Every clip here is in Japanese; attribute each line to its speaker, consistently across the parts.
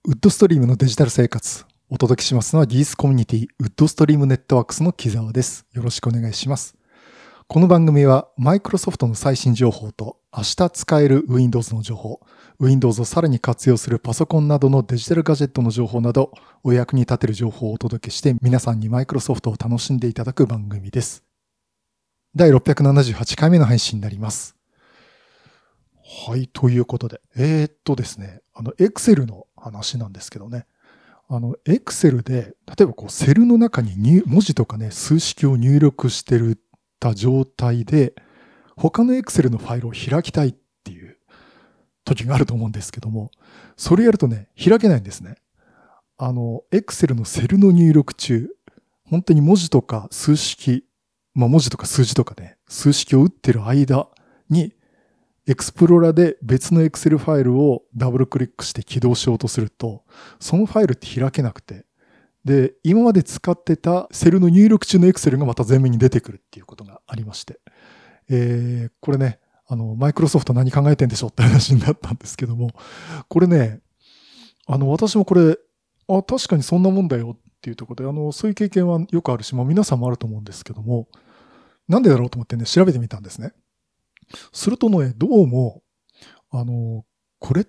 Speaker 1: ウッドストリームのデジタル生活。お届けしますのは技術コミュニティウッドストリームネットワークスの木澤です。よろしくお願いします。この番組はマイクロソフトの最新情報と明日使える Windows の情報、Windows をさらに活用するパソコンなどのデジタルガジェットの情報などお役に立てる情報をお届けして皆さんにマイクロソフトを楽しんでいただく番組です。第678回目の配信になります。はい、ということで。ですね、Excel の話なんですけどね。Excel で、例えばこうセルの中に文字とかね、数式を入力してた状態で、他の Excel のファイルを開きたいっていう時があると思うんですけども、それやるとね、開けないんですね。Excel のセルの入力中、本当に文字とか数式、文字とか数字とかね、数式を打ってる間に、エクスプローラーで別の Excel ファイルをダブルクリックして起動しようとすると、そのファイルって開けなくて、で、今まで使ってたセルの入力中の Excel がまた前面に出てくるっていうことがありまして、これね、マイクロソフト何考えてんでしょって話になったんですけども、これね、私もこれ、確かにそんなもんだよっていうところで、そういう経験はよくあるし、皆さんもあると思うんですけども、なんでだろうと思ってね、調べてみたんですね。するとね、どうも、これって、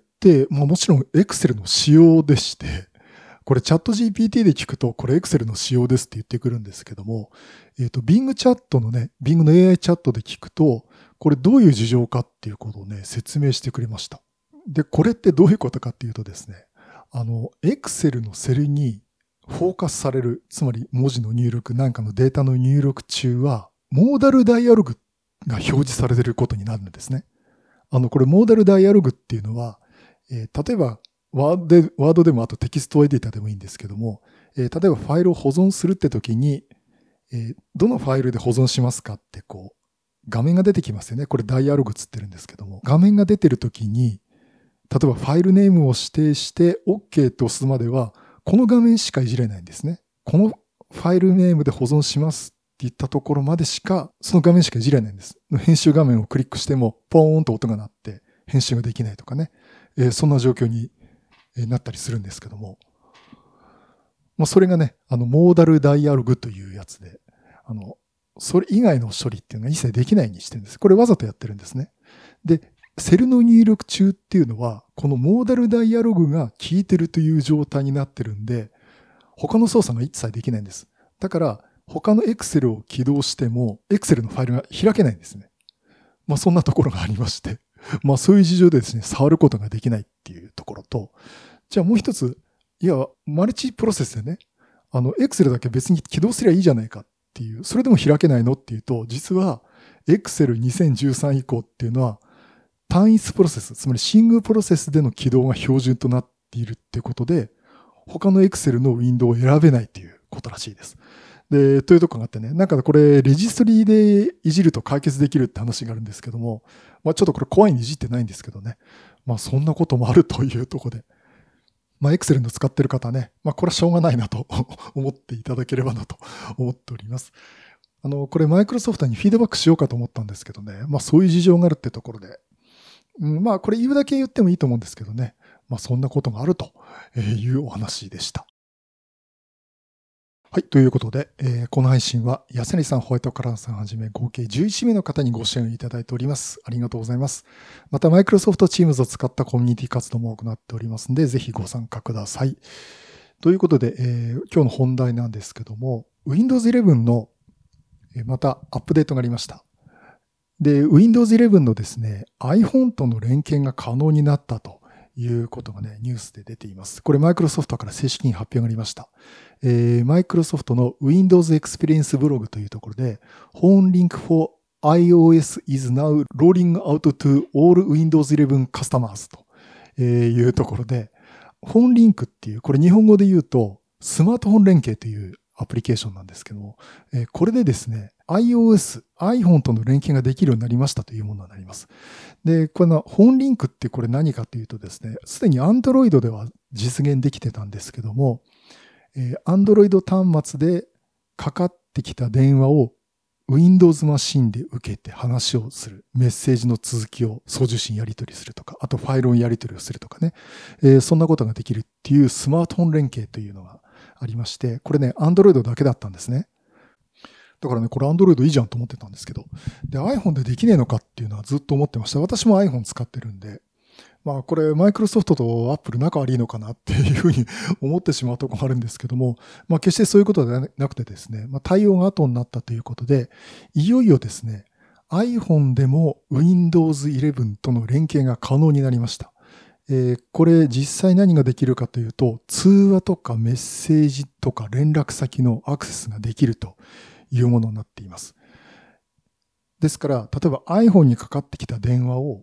Speaker 1: もちろん Excel の仕様でして、これチャット GPT で聞くと、これ Excel の仕様ですって言ってくるんですけども、Bing チャットのね、Bing の AI チャットで聞くと、これどういう事情かっていうことをね、説明してくれました。で、これってどういうことかっていうとですね、Excel のセルにフォーカスされる、つまり文字の入力なんかのデータの入力中は、モーダルダイアログが表示されていることになるんですね。これモーダルダイアログっていうのは、例えばワードでもあとテキストエディターでもいいんですけども、例えばファイルを保存するって時に、どのファイルで保存しますかってこう、画面が出てきますよね。これダイアログつってるんですけども、画面が出てる時に、例えばファイルネームを指定して OK と押すまでは、この画面しかいじれないんですね。このファイルネームで保存しますって言ったところまでしか、その画面しかいじれないんです。編集画面をクリックしても、ポーンと音が鳴って、編集ができないとかね。そんな状況になったりするんですけども。それがね、モーダルダイアログというやつで、それ以外の処理っていうのは一切できないようにしてるんです。これわざとやってるんですね。で、セルの入力中っていうのは、このモーダルダイアログが効いてるという状態になってるんで、他の操作が一切できないんです。だから、他の Excel を起動しても、Excel のファイルが開けないんですね。そんなところがありまして、そういう事情でですね、触ることができないっていうところと、じゃあもう一つ、いや、マルチプロセスでね、Excel だけ別に起動すればいいじゃないかっていう、それでも開けないのっていうと、実は Excel 2013以降っていうのは、単一プロセス、つまりシングルプロセスでの起動が標準となっているっていうことで、他の Excel のウィンドウを選べないっていうことらしいです。で、というとこがあってね、なんかこれ、レジストリでいじると解決できるって話があるんですけども、ちょっとこれ怖いにいじってないんですけどね。そんなこともあるというところで。Excel の使ってる方はね、これはしょうがないなと思っていただければなと思っております。これ、マイクロソフトにフィードバックしようかと思ったんですけどね、そういう事情があるってところで、これ言うだけ言ってもいいと思うんですけどね、そんなことがあるというお話でした。はい。ということで、この配信は、安成さん、ホワイトカラーさんはじめ、合計11名の方にご支援いただいております。ありがとうございます。また、マイクロソフト Teams を使ったコミュニティ活動も行っておりますので、ぜひご参加ください。ということで、今日の本題なんですけども、Windows 11の、またアップデートがありました。で、Windows 11のですね、iPhone との連携が可能になったということがね、ニュースで出ています。これ、マイクロソフトから正式に発表がありました。マイクロソフトの Windows Experience ブログというところで、Home Link for iOS is now rolling out to all Windows 11 customers というところで、Home Link っていう、これ日本語で言うと、スマートフォン連携というアプリケーションなんですけども、これでですね、iPhone との連携ができるようになりましたというものになります。で、このHome Linkってこれ何かというとですね、すでに Android では実現できてたんですけども、Android 端末でかかってきた電話を Windows マシンで受けて話をする、メッセージの続きを送受信やり取りするとか、あとファイルをやり取りをするとかね、そんなことができるっていうスマートフォン連携というのがありまして、これね、Android だけだったんですね。だからね、これ Android いいじゃんと思ってたんですけど、で、iPhone でできねえのかっていうのはずっと思ってました。私も iPhone 使ってるんで、まあこれマイクロソフトとアップル仲悪いのかなっていうふうに思ってしまうところがあるんですけども、まあ決してそういうことではなくてですね、まあ対応が後になったということで、いよいよですね、iPhone でも Windows 11との連携が可能になりました。これ実際何ができるかというと、通話とかメッセージとか連絡先のアクセスができるというものになっています。ですから、例えば iPhone にかかってきた電話を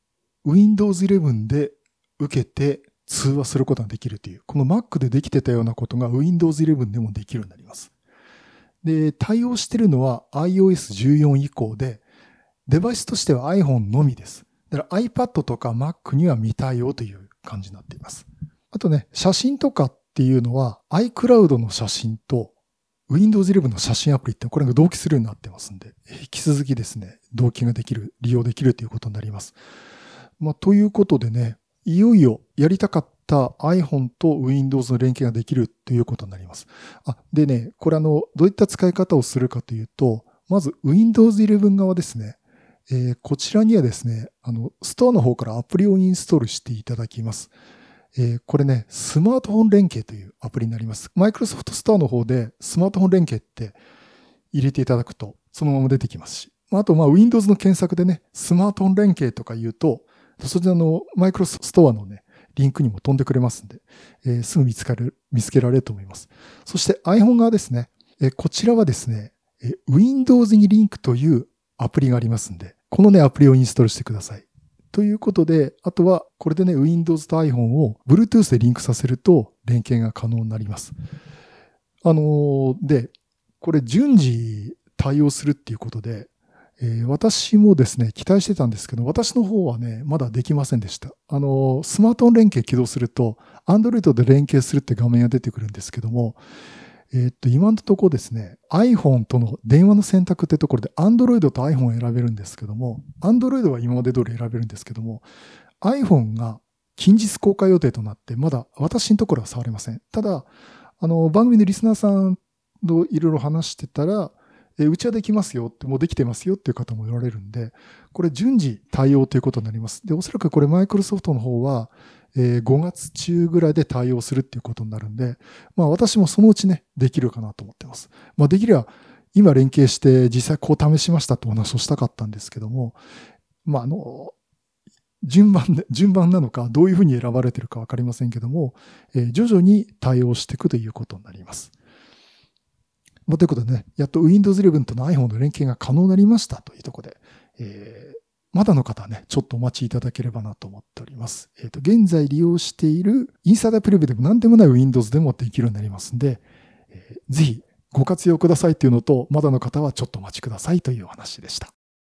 Speaker 1: Windows 11で受けて通話することができるという、この Mac でできてたようなことが Windows 11でもできるようになります。で、対応しているのは iOS14 以降で、デバイスとしては iPhone のみです。だから iPad とか Mac には未対応という感じになっています。あとね、写真とかっていうのは iCloud の写真と Windows 11の写真アプリってこれが同期するようになってますんで、引き続きですね、同期ができる、利用できるということになります。まあ、ということでね、いよいよやりたかった iPhone と Windows の連携ができるということになります。でね、これどういった使い方をするかというと、まず Windows 11側ですね。こちらにはですね、ストアの方からアプリをインストールしていただきます。これね、スマートフォン連携というアプリになります。Microsoft Store の方でスマートフォン連携って入れていただくと、そのまま出てきますし。あと、Windows の検索でね、スマートフォン連携とか言うと、そちらの Microsoft Store のね、リンクにも飛んでくれますんで、すぐ見つけられると思います。そして iPhone 側ですね。こちらはですね、Windows にリンクというアプリがありますんで、このね、アプリをインストールしてください。ということで、あとは、これでね、Windows と iPhone を Bluetooth でリンクさせると連携が可能になります。で、これ順次対応するっていうことで、私もですね、期待してたんですけど、私の方はね、まだできませんでした。スマートフォン連携起動すると、Android で連携するって画面が出てくるんですけども、今のところですね、iPhone との電話の選択ってところで Android と iPhone を選べるんですけども、Android は今まで通り選べるんですけども、iPhone が近日公開予定となって、まだ私のところは触れません。ただ、番組のリスナーさんといろいろ話してたら、うちはできますよって、もうできてますよっていう方もおられるんで、これ順次対応ということになります。で、おそらくこれマイクロソフトの方は、5月中ぐらいで対応するっていうことになるんで、まあ私もそのうちね、できるかなと思ってます。まあできれば、今連携して実際こう試しましたってお話をしたかったんですけども、まあ順番なのか、どういうふうに選ばれてるかわかりませんけども、徐々に対応していくということになります。ということでね、やっと Windows 11との iPhone の連携が可能になりましたというところで、まだの方はね、ちょっとお待ちいただければなと思っております。現在利用しているインサイダープレビューでも何でもない Windows でもできるようになりますんで、ぜひご活用くださいというのと、まだの方はちょっとお待ちくださいというお話でした。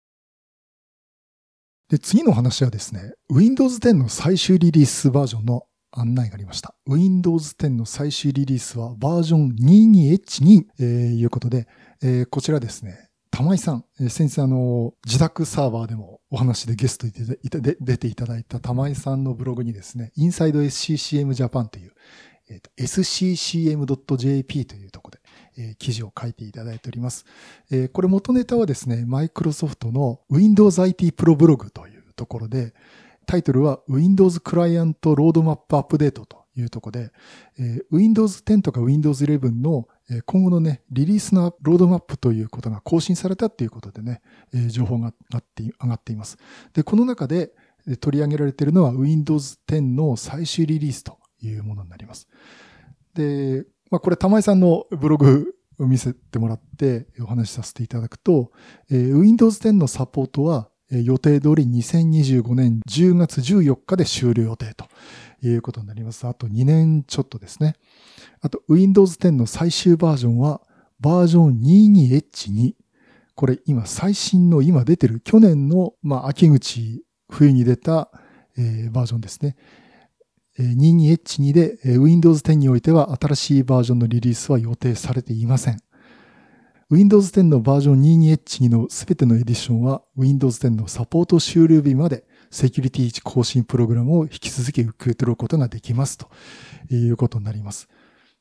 Speaker 1: で、次の話はですね、Windows 10の最終リリースバージョンの案内がありました。Windows 10の最終リリースはバージョン 22H ということで、こちらですね、玉井さん、先生自宅サーバーでもお話でゲストで出ていただいた玉井さんのブログにですね、Inside SCCM Japan という、sccm.jp というところで、記事を書いていただいております。これ元ネタはですね、マイクロソフトの Windows IT Pro ブログというところで、タイトルは Windows クライアントロードマップアップデートというところで、Windows 10とか Windows 11の今後のね、リリースのロードマップということが更新されたということでね、情報が上がっています。で、この中で取り上げられているのは Windows 10の最終リリースというものになります。で、これ玉井さんのブログを見せてもらってお話しさせていただくと、Windows 10のサポートは予定通り2025年10月14日で終了予定ということになります。あと2年ちょっとですね。あと Windows 10の最終バージョンはバージョン 22H2。これ今最新の今出てる去年の秋口冬に出たバージョンですね。22H2 で Windows 10においては新しいバージョンのリリースは予定されていません。 Windows 10のバージョン 22H2 のすべてのエディションは Windows 10のサポート終了日までセキュリティ更新プログラムを引き続き受け取ることができますということになります。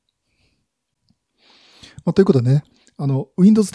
Speaker 1: ということでね、Windows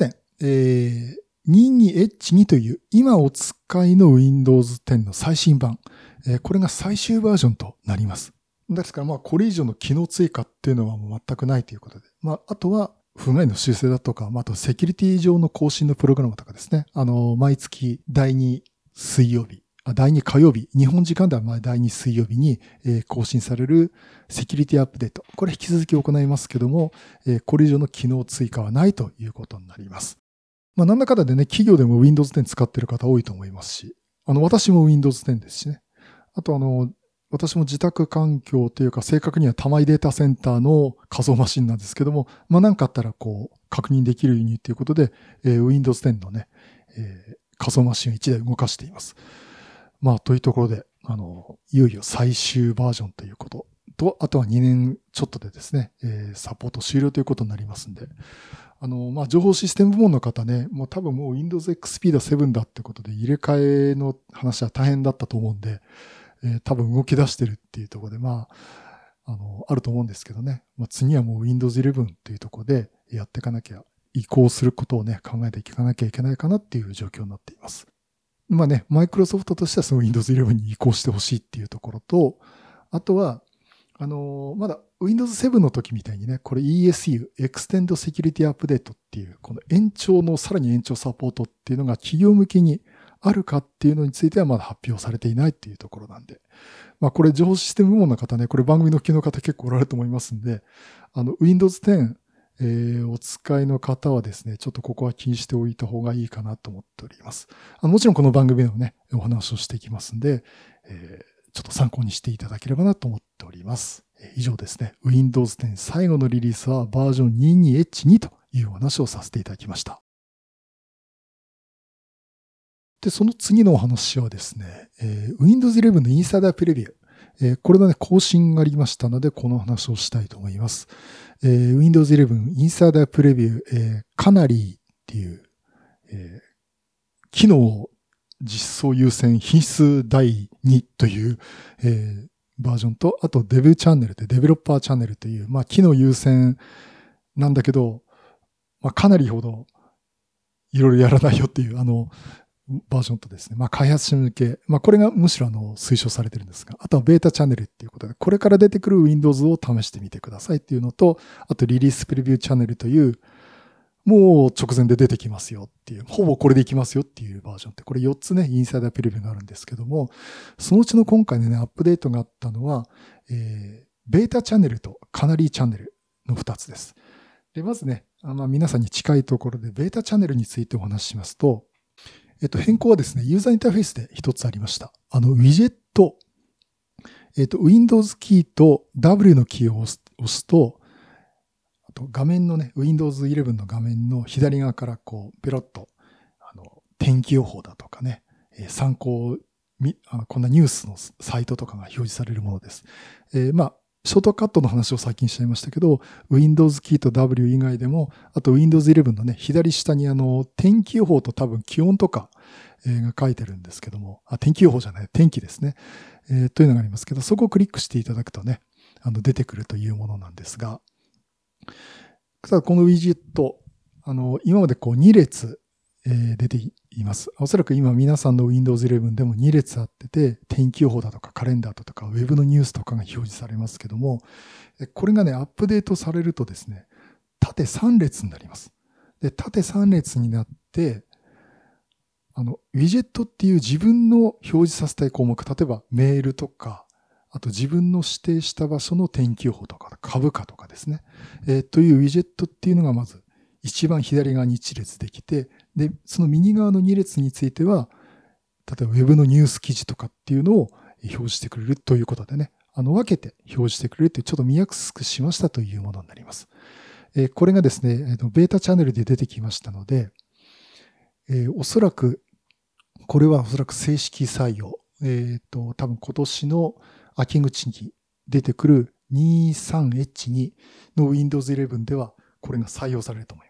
Speaker 1: 10、22H2 という今お使いの Windows 10の最新版、これが最終バージョンとなります。ですからこれ以上の機能追加っていうのはもう全くないということで、あとは不具合の修正だとか、あとセキュリティ上の更新のプログラムとかですね、毎月第2火曜日、日本時間では第2水曜日に更新されるセキュリティアップデート。これ引き続き行いますけども、これ以上の機能追加はないということになります。なんだかんだでね、企業でも Windows 10使ってる方多いと思いますし、私も Windows 10ですしね。あと私も自宅環境というか、正確には玉井データセンターの仮想マシンなんですけども、何かあったら確認できるようにということで、Windows 10のね、仮想マシンを1台動かしています。というところで、いよいよ最終バージョンということと、あとは2年ちょっとでですね、サポート終了ということになりますんで、情報システム部門の方ね、多分もう Windows XP だ7だってことで入れ替えの話は大変だったと思うんで、多分動き出してるっていうところで、あると思うんですけどね、次はもう Windows 11というところでやっていかなきゃ、移行することをね、考えていかなきゃいけないかなっていう状況になっています。マイクロソフトとしてはその Windows 11に移行してほしいっていうところと、あとは、まだ Windows 7の時みたいにね、これ ESU、Extend Security Update っていう、このさらに延長サポートっていうのが企業向けにあるかっていうのについてはまだ発表されていないっていうところなんで、これ情報システム部門の方ね、これ番組の聞きの方結構おられると思いますんで、Windows 10、お使いの方はですね、ちょっとここは気にしておいた方がいいかなと思っております。もちろんこの番組でもね、お話をしていきますんで、ちょっと参考にしていただければなと思っております。以上ですね、Windows 10最後のリリースはバージョン 22H2 というお話をさせていただきました。で、その次のお話はですね、Windows 11のインサイダープレビュー。これのね、更新がありましたので、この話をしたいと思います。Windows 11インサイダープレビュー、かなりっていう、機能実装優先品質第2という、バージョンと、あとデブチャンネルでデベロッパーチャンネルという、機能優先なんだけど、かなりほどいろいろやらないよっていう、バージョンとですね、開発者向け、これがむしろ推奨されてるんですが、あとはベータチャンネルっていうことで、これから出てくる Windows を試してみてくださいっていうのと、あとリリースプレビューチャンネルという、もう直前で出てきますよっていう、ほぼこれでいきますよっていうバージョンって、これ4つね、インサイダープレビューがあるんですけども、そのうちの今回のね、アップデートがあったのは、ベータチャンネルとカナリーチャンネルの2つです。で、まずね、皆さんに近いところで、ベータチャンネルについてお話ししますと、変更はですね、ユーザーインターフェースで一つありました。ウィジェット、Windows キーと W のキーを押すと、あと画面のね、Windows 11の画面の左側からペロッと、天気予報だとかね、参考、こんなニュースのサイトとかが表示されるものです。ショートカットの話を最近しちゃいましたけど、Windows キーと W 以外でも、あと Windows 11のね、左下に天気予報と多分気温とか、が書いてるんですけども、天気予報じゃない、天気ですね。というのがありますけど、そこをクリックしていただくとね、出てくるというものなんですが、ただこのウィジェット、今まで2列、出ています。おそらく今皆さんの Windows 11でも2列あってて、天気予報だとかカレンダーだとか Web のニュースとかが表示されますけども、これがね、アップデートされるとですね、縦3列になります。で、縦3列になって、ウィジェットっていう自分の表示させたい項目、例えばメールとか、あと自分の指定した場所の天気予報とか株価とかですね、というウィジェットっていうのがまず一番左側に1列できて、で、その右側の2列については、例えば Web のニュース記事とかっていうのを表示してくれるということでね、分けて表示してくれるというちょっと見やすくしましたというものになります。これがですね、ベータチャンネルで出てきましたので、おそらく、これはおそらく正式採用。多分今年の秋口に出てくる 23H2 の Windows 11では、これが採用されると思います。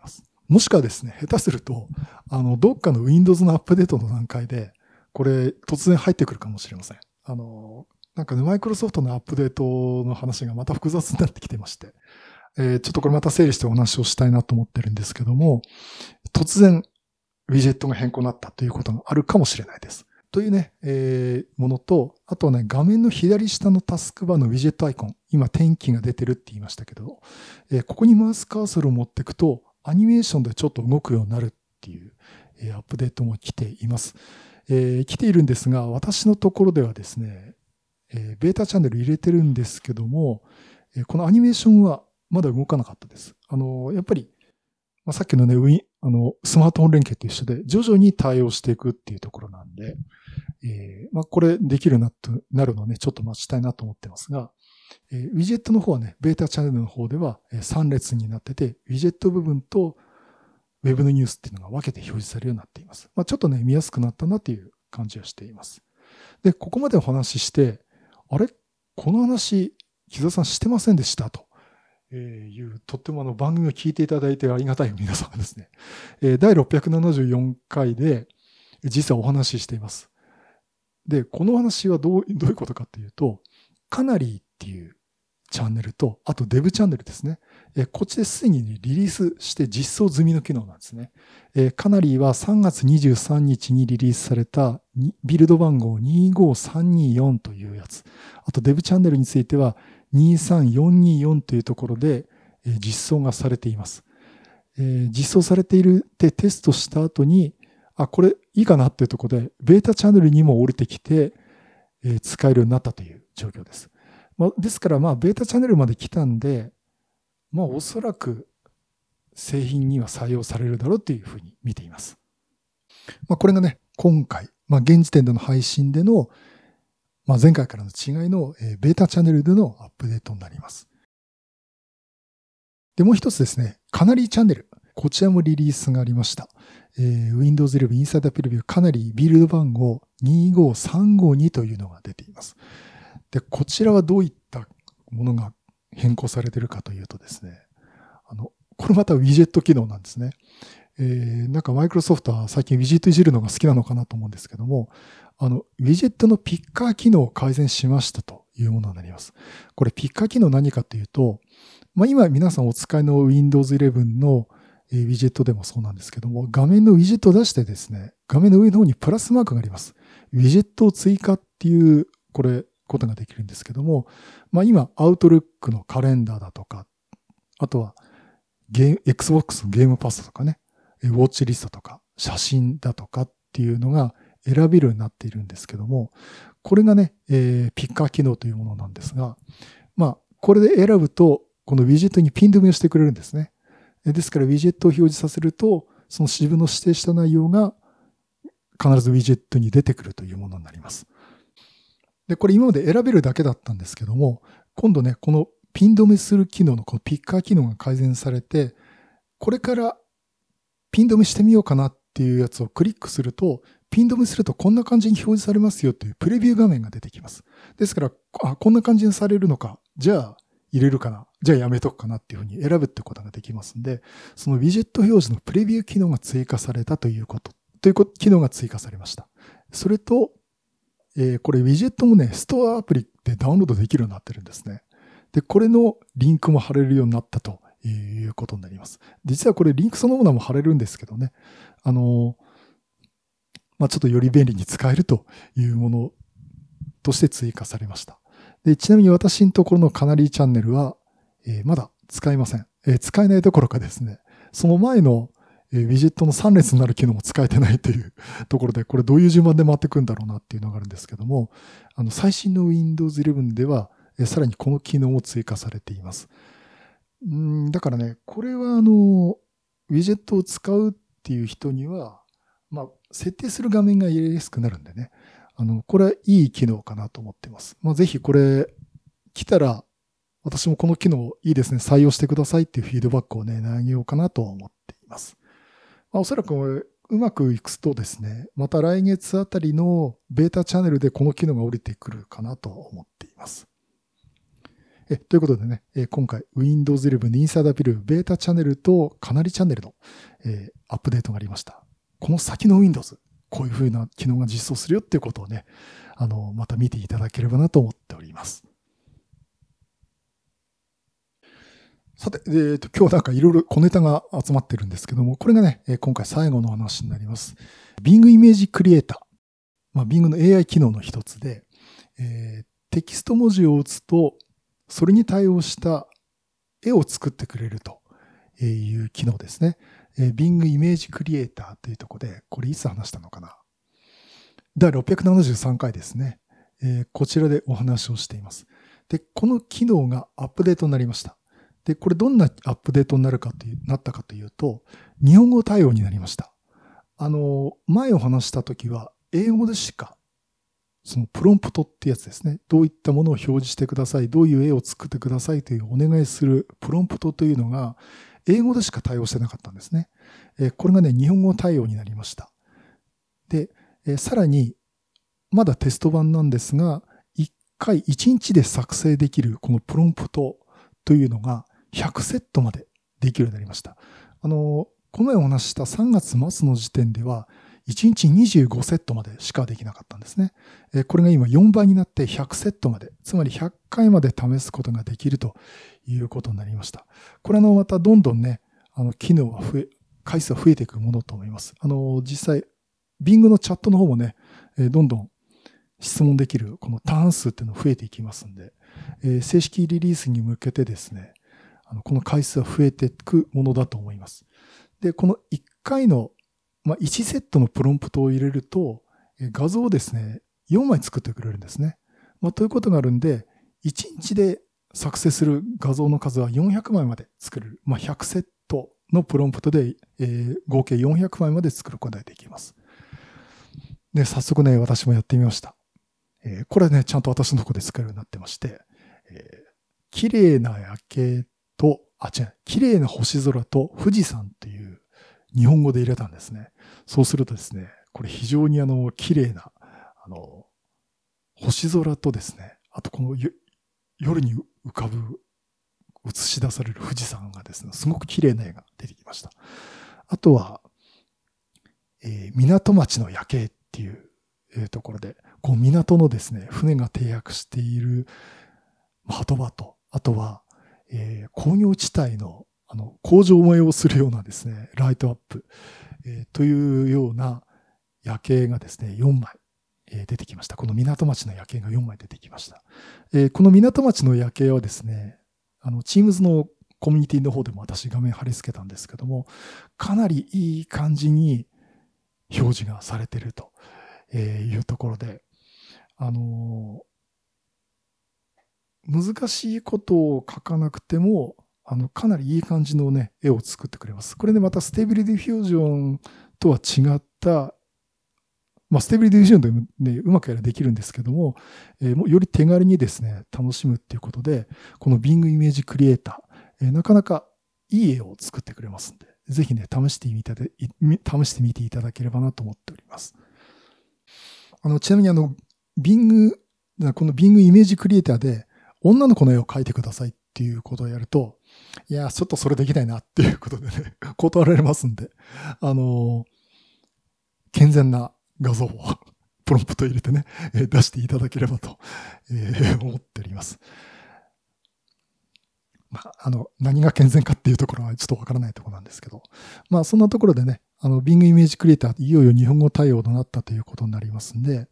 Speaker 1: もしくはですね、下手すると、どっかの Windows のアップデートの段階で、これ突然入ってくるかもしれません。なんかね、マイクロソフトのアップデートの話がまた複雑になってきてまして、ちょっとこれまた整理してお話をしたいなと思ってるんですけども、突然、ウィジェットが変更になったということがあるかもしれないです。というね、ものと、あとはね、画面の左下のタスクバーのウィジェットアイコン、今天気が出てるって言いましたけど、ここにマウスカーソルを持っていくと、アニメーションでちょっと動くようになるっていう、アップデートも来ています。来ているんですが、私のところではですね、ベータチャンネル入れてるんですけども、このアニメーションはまだ動かなかったです。やっぱり、さっきのね、スマートフォン連携と一緒で、徐々に対応していくっていうところなんで、これできるなとなるのをね、ちょっと待ちたいなと思ってますが、ウィジェットの方はね、ベータチャンネルの方では3列になってて、ウィジェット部分とウェブのニュースっていうのが分けて表示されるようになっています。ちょっとね、見やすくなったなっていう感じはしています。で、ここまでお話しして、あれこの話、木澤さんしてませんでしたと。とっても番組を聞いていただいてありがたい皆さんですね。第674回で実はお話ししています。で、この話はどういうことかというと、カナリーっていうチャンネルと、あとデブチャンネルですね。こっちですでにリリースして実装済みの機能なんですね。カナリーは3月23日にリリースされたビルド番号25324というやつ。あとデブチャンネルについては23424というところで実装がされています。実装されているってテストした後に、これいいかなっていうところで、ベータチャンネルにも降りてきて、使えるようになったという状況です。ですから、ベータチャンネルまで来たんで、おそらく製品には採用されるだろうというふうに見ています。これがね、今回、現時点での配信での、前回からの違いのベータチャンネルでのアップデートになります。で、もう一つですね、カナリーチャンネル。こちらもリリースがありました。Windows 11 Insider Preview カナリービルド番号25352というのが出ています。で、こちらはどういったものが変更されているかというとですね、これまたウィジェット機能なんですね。なんかマイクロソフトは最近ウィジェットいじるのが好きなのかなと思うんですけども、ウィジェットのピッカー機能を改善しましたというものになります。これピッカー機能何かというと、今皆さんお使いの Windows 11のウィジェットでもそうなんですけども、画面のウィジェットを出してですね、画面の上の方にプラスマークがあります。ウィジェットを追加っていう、ことができるんですけども、今、Outlook のカレンダーだとか、あとはXbox のゲームパスとかね、ウォッチリストとか、写真だとかっていうのが選べるようになっているんですけども、これがね、ピッカー機能というものなんですが、これで選ぶと、このウィジェットにピン止めをしてくれるんですね。ですから、ウィジェットを表示させると、その自分の指定した内容が必ずウィジェットに出てくるというものになります。で、これ今まで選べるだけだったんですけども、今度ね、このピン止めする機能のこのピッカー機能が改善されて、これからピン止めしてみようかなっていうやつをクリックすると、ピン止めするとこんな感じに表示されますよというプレビュー画面が出てきます。ですから、こんな感じにされるのか、じゃあ入れるかな、じゃあやめとくかなっていうふうに選ぶってことができますんで、そのウィジェット表示のプレビュー機能が追加されたという機能が追加されました。それと、これウィジェットもね、ストアアプリでダウンロードできるようになってるんですね。で、これのリンクも貼れるようになったということになります。実はこれリンクそのものも貼れるんですけどね、ちょっとより便利に使えるというものとして追加されました。で、ちなみに私のところのカナリーチャンネルは、まだ使えません。使えないどころかですね、その前のウィジェットの3列になる機能も使えてないというところで、これどういう順番で回っていくんだろうなっていうのがあるんですけども、最新の Windows 11では、さらにこの機能も追加されています。だからね、これはウィジェットを使うっていう人には、設定する画面が入れやすくなるんでね、これはいい機能かなと思っています。ぜひこれ来たら、私もこの機能いいですね、採用してくださいっていうフィードバックをね、投げようかなと思っています。おそらくうまくいくとですね、また来月あたりのベータチャンネルでこの機能が降りてくるかなと思っています。 ということでね、今回 Windows 11 Insider View ベータチャンネルとカナリチャンネルの、アップデートがありました。この先の Windows、こういう風な機能が実装するよっていうことをね、また見ていただければなと思っております。さて、今日なんかいろいろ小ネタが集まってるんですけども、これがね、今回最後の話になります。Bing イメージクリエイター。Bing の AI 機能の一つで、テキスト文字を打つと、それに対応した絵を作ってくれるという機能ですね。Bing イメージクリエイターというところで、これいつ話したのかな。第673回ですね。こちらでお話をしています。で、この機能がアップデートになりました。で、これどんなアップデートになったかというと、日本語対応になりました。前お話したときは、英語でしかそのプロンプトってやつですね。どういったものを表示してください。どういう絵を作ってくださいというお願いするプロンプトというのが英語でしか対応してなかったんですね。これがね、日本語対応になりました。で、さらに、まだテスト版なんですが、1回1日で作成できるこのプロンプトというのが100セットまでできるようになりました。この前お話した3月末の時点では、1日25セットまでしかできなかったんですね。これが今4倍になって100セットまで、つまり100回まで試すことができるということになりました。これまたどんどんね、機能は回数は増えていくものと思います。実際、Bing のチャットの方もね、どんどん質問できるこの単数っていうのが増えていきますんで、正式リリースに向けてですね、この回数は増えていくものだと思います。で、この1回の1セットのプロンプトを入れると、画像をですね、4枚作ってくれるんですね。ということがあるんで、1日で作成する画像の数は400枚まで作れる。100セットのプロンプトで、合計400枚まで作ることができます。で、早速ね、私もやってみました。これはね、ちゃんと私のところで使えるようになってまして、綺麗な夜景と、綺麗な星空と富士山という日本語で入れたんですね。そうするとですね、これ非常に綺麗な、星空とですね、あとこの夜に浮かぶ、映し出される富士山がですね、すごく綺麗な絵が出てきました。あとは、港町の夜景っていう、ところで、こう港のですね、船が停泊している鳩場と、あとは、工業地帯の工場燃えをするようなですね、ライトアップ、というような夜景がですね、4枚、出てきました。この港町の夜景が4枚出てきました。この港町の夜景はですね、Teams のコミュニティの方でも私画面貼り付けたんですけども、かなりいい感じに表示がされているというところで、難しいことを書かなくても、かなりいい感じのね、絵を作ってくれます。これでまたステーブルディフュージョンとは違った、ステーブルディフュージョンでもね、うまくやればできるんですけども、より手軽にですね、楽しむっていうことで、この Bing イメージクリエイター、なかなかいい絵を作ってくれますんで、ぜひね、試してみていただければなと思っております。ちなみにBing、この Bing イメージクリエイターで、女の子の絵を描いてくださいっていうことをやると、いや、ちょっとそれできないなっていうことでね、断られますんで、健全な画像をプロンプト入れてね、出していただければと、思っております。何が健全かっていうところはちょっとわからないところなんですけど、そんなところでね、Bing イメージクリエイター、いよいよ日本語対応となったということになりますんで、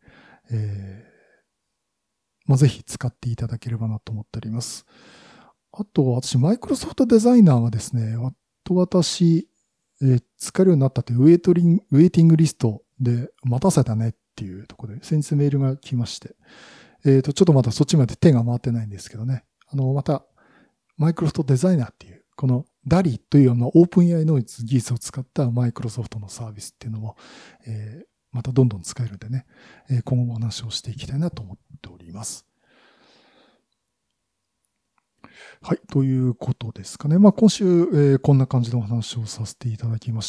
Speaker 1: ぜひ使っていただければなと思っております。あと、私、マイクロソフトデザイナーがですね、私、使えるようになったというウェイティングリストで待たせたねっていうところで、先日メールが来まして、ちょっとまだそっちまで手が回ってないんですけどね、また、マイクロソフトデザイナーっていう、この DALL-E というオープン AI の技術を使ったマイクロソフトのサービスっていうのも、またどんどん使えるんでね、今後もお話をしていきたいなと思っております。はい、ということですかね。今週、こんな感じのお話をさせていただきました。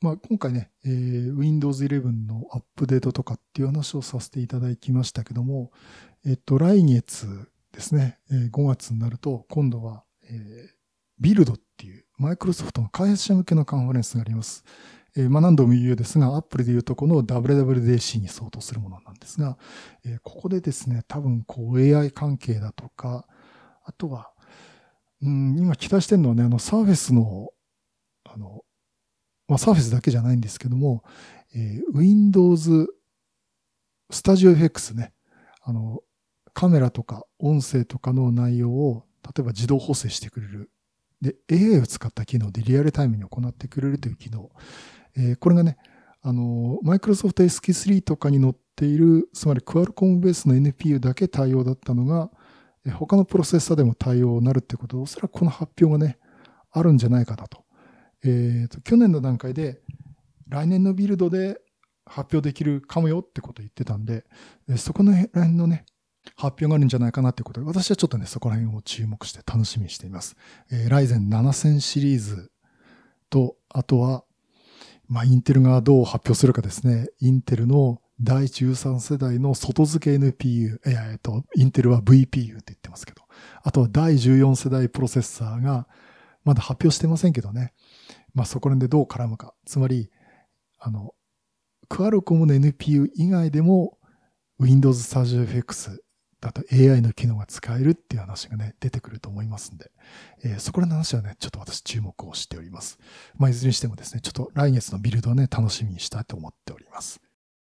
Speaker 1: 今回ね、Windows 11のアップデートとかっていう話をさせていただきましたけども、来月ですね、5月になると、今度は、ビルドっていう、マイクロソフトの開発者向けのカンファレンスがあります。何度も言うようですが、Apple でいうとこの WWDC に相当するものなんですが、ここでですね、多分AI 関係だとか、あとは、今期待してるのはね、Surface の、Surface だけじゃないんですけども、Windows Studio FX ね、カメラとか音声とかの内容を、例えば自動補正してくれる。で、AI を使った機能でリアルタイムに行ってくれるという機能。これがね、Microsoft SQ3 とかに載っている、つまり Qualcomm ベースの NPU だけ対応だったのが、他のプロセッサーでも対応になるってことで、おそらくこの発表がね、あるんじゃないかなと。去年の段階で、来年のビルドで発表できるかもよってことを言ってたんで、そこの辺のね、発表があるんじゃないかなってことで、私はちょっとね、そこら辺を注目して楽しみにしています。ライゼン7000シリーズと、あとは、インテルがどう発表するかですね。インテルの第13世代の外付け NPU、インテルは VPU って言ってますけど、あとは第14世代プロセッサーが、まだ発表してませんけどね。そこら辺でどう絡むか。つまり、クアルコムの NPU 以外でも Windows Studio FX だと AI の機能が使えるっていう話がね、出てくると思いますんで、そこらの話はね、ちょっと私注目をしております。いずれにしてもですね、ちょっと来月のビルドをね、楽しみにしたいと思っております。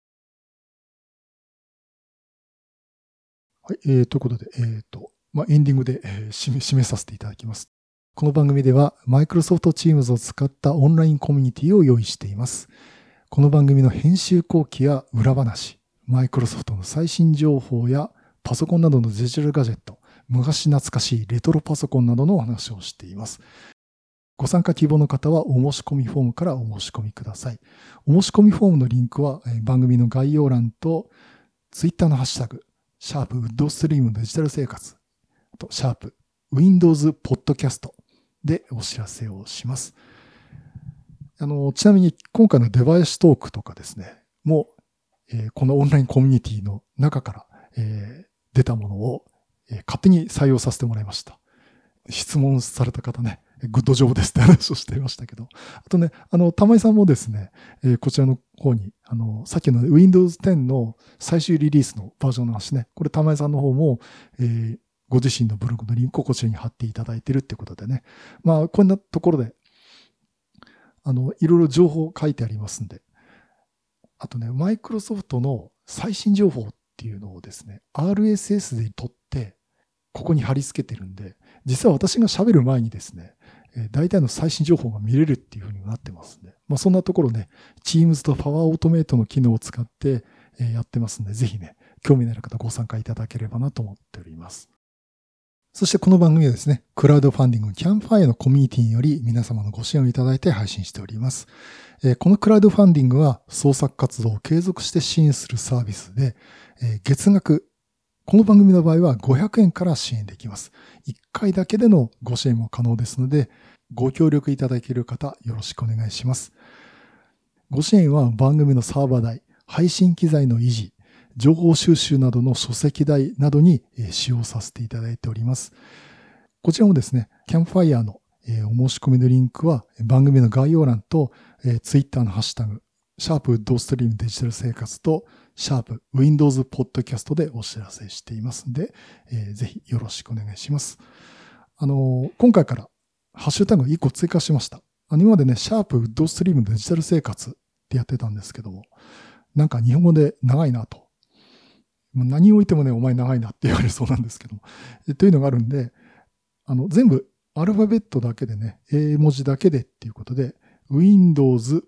Speaker 1: はい、ということで、エンディングで、締めさせていただきます。この番組では Microsoft Teams を使ったオンラインコミュニティを用意しています。この番組の編集後期や裏話、マイクロソフトの最新情報やパソコンなどのデジタルガジェット、昔懐かしいレトロパソコンなどのお話をしています。ご参加希望の方はお申し込みフォームからお申し込みください。お申し込みフォームのリンクは番組の概要欄と Twitter のハッシュタグ、シャープウッドストリームデジタル生活、あとシャープ Windows ポッドキャストでお知らせをします。ちなみに今回のデバイストークとかですね、もう、このオンラインコミュニティの中から、出たものを、勝手に採用させてもらいました。質問された方ね、グッドジョブですって話をしていましたけど、あとね、玉井さんもですね、こちらの方に、さっきの Windows 10の最終リリースのバージョンの話ね、これ玉井さんの方も、ご自身のブログのリンクをこちらに貼っていただいているってことでね、こんなところで、いろいろ情報書いてありますんで、あとね、マイクロソフトの最新情報っていうのをですね、RSS で取って、ここに貼り付けてるんで、実は私が喋る前にですね、大体の最新情報が見れるっていう風になってますんで、そんなところね、Teams と Power Automate の機能を使ってやってますんで、ぜひね、興味のある方ご参加いただければなと思っております。そしてこの番組はですね、クラウドファンディングキャンプファイアのコミュニティにより皆様のご支援をいただいて配信しております。このクラウドファンディングは創作活動を継続して支援するサービスで、月額、この番組の場合は500円から支援できます。1回だけでのご支援も可能ですので、ご協力いただける方よろしくお願いします。ご支援は番組のサーバー代、配信機材の維持、情報収集などの書籍代などに使用させていただいております。こちらもですね、キャンプファイヤーのお申し込みのリンクは番組の概要欄とツイッターのハッシュタグ、シャープウッドストリームデジタル生活とシャープ Windows ポッドキャストでお知らせしていますので、ぜひよろしくお願いします。今回からハッシュタグ1個追加しました。今までね、シャープウッドストリームデジタル生活ってやってたんですけども、なんか日本語で長いなと。何を置いてもね、お前長いなって言われそうなんですけども。というのがあるんで、全部アルファベットだけでね、英文字だけでっていうことで、Windows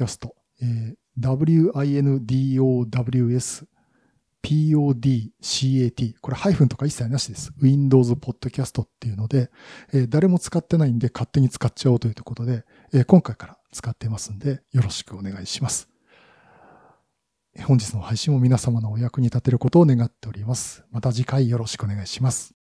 Speaker 1: Podcast、WINDOWS PODCAT、これハイフンとか一切なしです。Windows Podcast っていうので、誰も使ってないんで勝手に使っちゃおうということで、今回から使ってますんで、よろしくお願いします。本日の配信も皆様のお役に立てることを願っております。また次回よろしくお願いします。